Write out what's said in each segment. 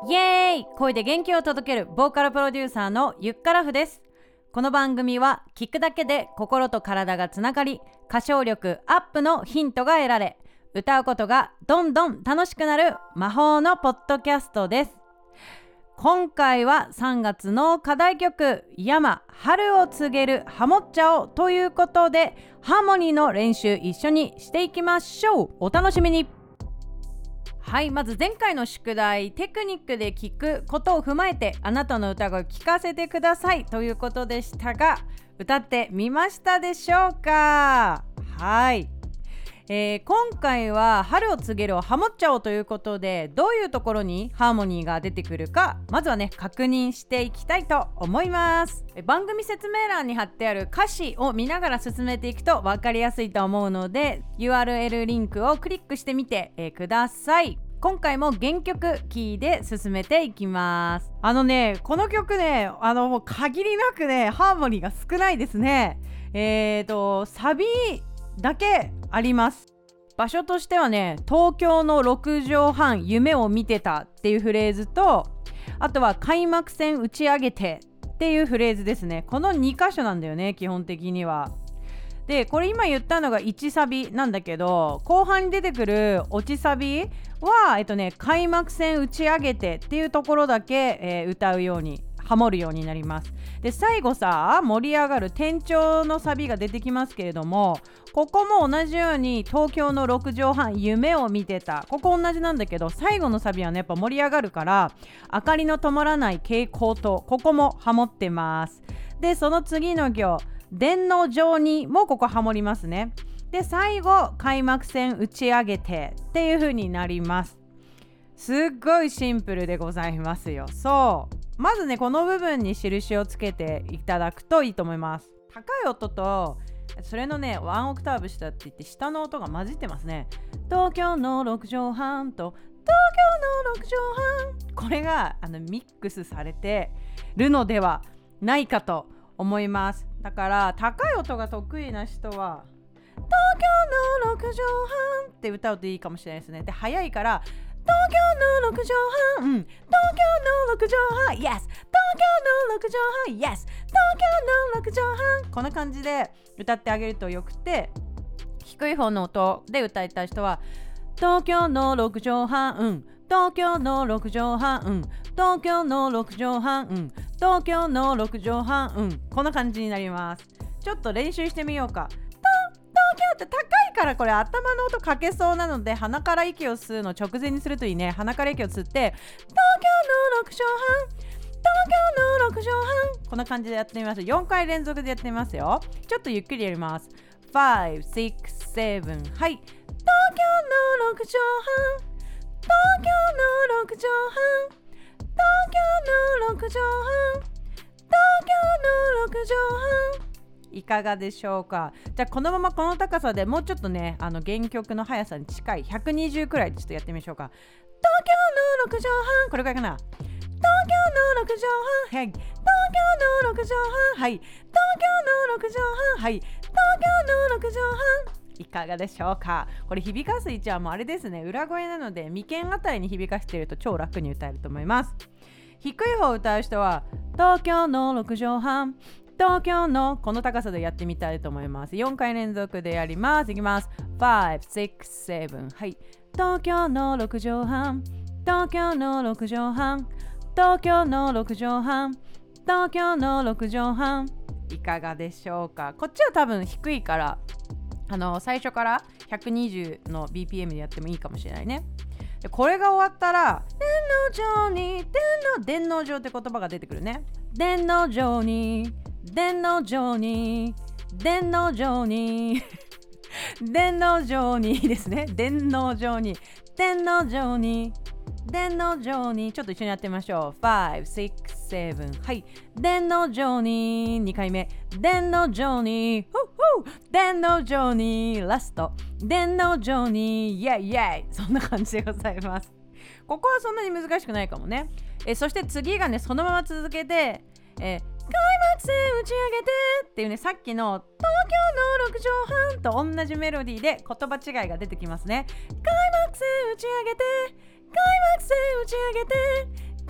イエーイ、声で元気を届けるボーカルプロデューサーのゆっからふです。この番組は聞くだけで心と体がつながり、歌唱力アップのヒントが得られ、歌うことがどんどん楽しくなる魔法のポッドキャストです。今回は3月の課題曲山春を告げるハモっちゃおということで、ハーモニーの練習一緒にしていきましょう。お楽しみに。はい、まず前回の宿題、テクニックで聞くことを踏まえてあなたの歌声聞かせてくださいということでしたが、歌ってみましたでしょうか？はい、今回は春を告げるをハモっちゃおうということで、どういうところにハーモニーが出てくるか、まずはね確認していきたいと思います。番組説明欄に貼ってある歌詞を見ながら進めていくと分かりやすいと思うので、 URL リンクをクリックしてみて、ください。今回も原曲キーで進めていきます。この曲ね、もう限りなくねハーモニーが少ないですね。サビだけあります。場所としてはね、東京の6畳半夢を見てたっていうフレーズと、あとは開幕戦打ち上げてっていうフレーズですね。この2箇所なんだよね、基本的には。で、これ今言ったのが1サビなんだけど、後半に出てくる落ちサビは開幕戦打ち上げてっていうところだけ、歌うようにハモるようになります。で、最後さ、盛り上がる転調のサビが出てきますけれども、ここも同じように東京の6畳半夢を見てた、ここ同じなんだけど、最後のサビはねやっぱ盛り上がるから、明かりの灯らない傾向とここもハモってます。で、その次の行電脳上にもここハモりますね。で、最後開幕戦打ち上げてっていう風になります。すっごいシンプルでございますよ。そう、まずねこの部分に印をつけていただくといいと思います。高い音とそれのねワンオクターブ下って言って下の音が混じってますね。東京の6畳半と東京の6畳半、これがミックスされてるのではないかと思います。だから高い音が得意な人は東京の6畳半って歌うといいかもしれないですね。で、早いから東京の6畳半、東京の6畳半、 Yes 東京の6畳半、 Yes 東京の6畳半、こんな感じで歌ってあげるとよくて、低い方の音で歌いたい人は東京の6畳半、東京の6畳半、東京の6畳半、東京の6畳半、こんな感じになります。ちょっと練習してみようか。東京って高いから、これ頭の音かけそうなので、鼻から息を吸うの直前にするといいね。鼻から息を吸って、東京の6畳半、東京の6畳半、こんな感じでやってみます。4回連続でやってみますよ。ちょっとゆっくりやります。5、6、7、はい。東京の6畳半、東京の6畳半、東京の6畳半、東京の6畳半、いかがでしょうか。じゃあこのままこの高さでもうちょっとね、原曲の速さに近い120くらいちょっとやってみましょうか。東京の6畳半、これくらいかな。東京の6畳半、はい。東京の6畳半、はい。東京の6畳半、はい。東京の6畳半、いかがでしょうか。これ響かす位置はもうあれですね、裏声なので眉間あたりに響かしていると超楽に歌えると思います。低い方を歌う人は東京の6畳半、東京のこの高さでやってみたいと思います。4回連続でやります。いきます。5、6、7、はい。東京の6畳半、東京の6畳半、東京の6畳半、東京の6畳半、いかがでしょうか。こっちは多分低いから最初から120の BPM でやってもいいかもしれないね。で、これが終わったら電脳上に電脳上って言葉が出てくるね。電脳上に電脳上に電脳上に電脳上にですね。電脳上に電脳上に電脳上に、ちょっと一緒にやってみましょう。5、6、7、はい。電脳上に2回目、電脳上に電脳上にラスト、電脳上にイェイイェイ、そんな感じでございます。ここはそんなに難しくないかもね。そして次がね、そのまま続けて開幕戦打ち上げてっていうね、さっきの東京の6畳半と同じメロディーで言葉違いが出てきますね。開幕戦打ち上げて、開幕戦打ち上げて、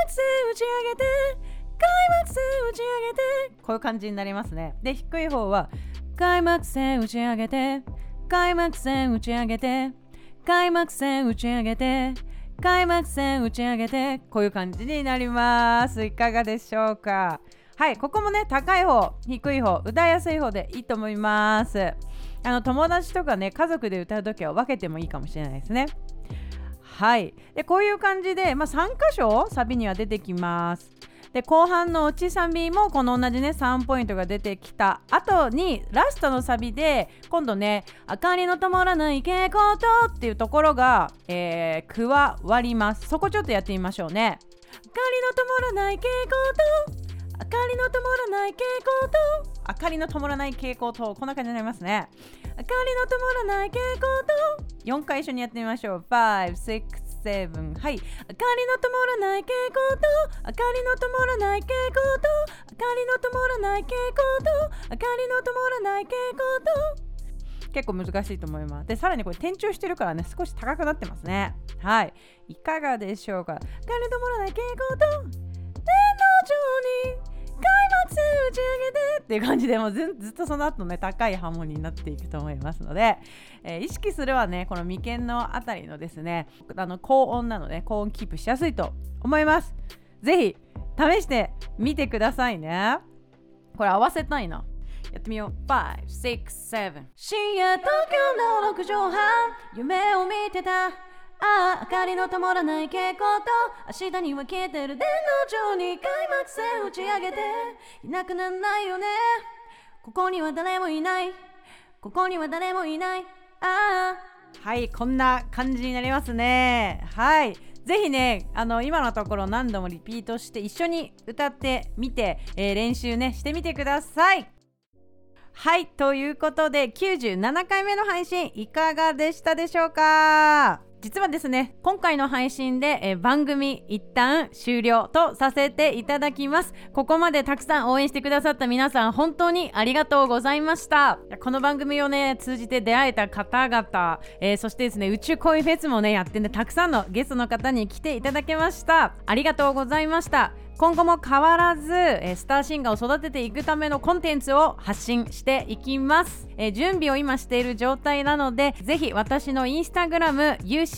線打ち上げて開幕戦打ち上げて、こういう感じになりますね。で低い方は開幕戦打ち上げて開幕戦打ち上げて開幕戦打ち上げて開幕戦打ち上げて、こういう感じになります。いかがでしょうか。はい、ここもね高い方低い方歌いやすい方でいいと思います。友達とかね家族で歌うときは分けてもいいかもしれないですね。はい、でこういう感じで、3箇所サビには出てきます。で後半の落ちサビもこの同じね3ポイントが出てきた後にラストのサビで今度ね明かりの灯らない蛍光灯っていうところが、加わります。そこちょっとやってみましょうね。明かりの灯らない蛍光灯、明かりの灯らない蛍光灯、明かりの灯らない蛍光灯、こんな感じになりますね。明かりの灯らない蛍光灯、4回一緒にやってみましょう。5、6、7、はい。明かりの灯らない蛍光灯、明かりの灯らない蛍光灯、明かりの灯らない蛍光灯、明かりの灯らない蛍光灯。結構難しいと思います。でさらにこれ転調してるからね少し高くなってますね。はい、いかがでしょうか。明かりの灯らない蛍光灯、天の上に開幕戦打ち上げてっていう感じでもうずっとその後ね高いハーモニーになっていくと思いますので、意識するはねこの眉間のあたりのですね高音なので高音キープしやすいと思います。ぜひ試してみてくださいね。これ合わせたいな。やってみよう。5、6、7。深夜東京の6畳半夢を見てた。明かりの灯らない蛍光灯、明日には消えてる電脳上に開幕戦打ち上げていなくなんないよね。ここには誰もいない、ここには誰もいない。はい、こんな感じになりますね。はい、ぜひね今のところ何度もリピートして一緒に歌ってみて、練習ねしてみてください。はい、ということで97回目の配信いかがでしたでしょうか。実はですね今回の配信で、番組一旦終了とさせていただきます。ここまでたくさん応援してくださった皆さん本当にありがとうございました。この番組をね通じて出会えた方々、そしてですね宇宙恋フェスもねやってねたくさんのゲストの方に来ていただけました。ありがとうございました。今後も変わらず、スターシンガーを育てていくためのコンテンツを発信していきます。準備を今している状態なのでぜひ私のインスタグラム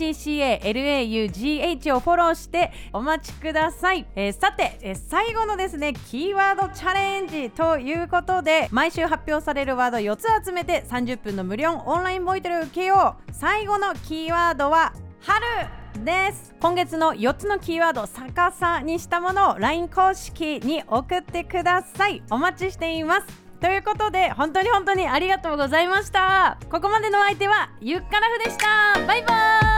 UCCALAUGH をフォローしてお待ちください。さて、最後のですねキーワードチャレンジということで毎週発表されるワード4つ集めて30分の無料オンラインボイトレを受けよう。最後のキーワードは春です。今月の4つのキーワードを逆さにしたものを LINE 公式に送ってください。お待ちしています。ということで本当にありがとうございました。ここまでのお相手はゆっからふでした。バイバーイ。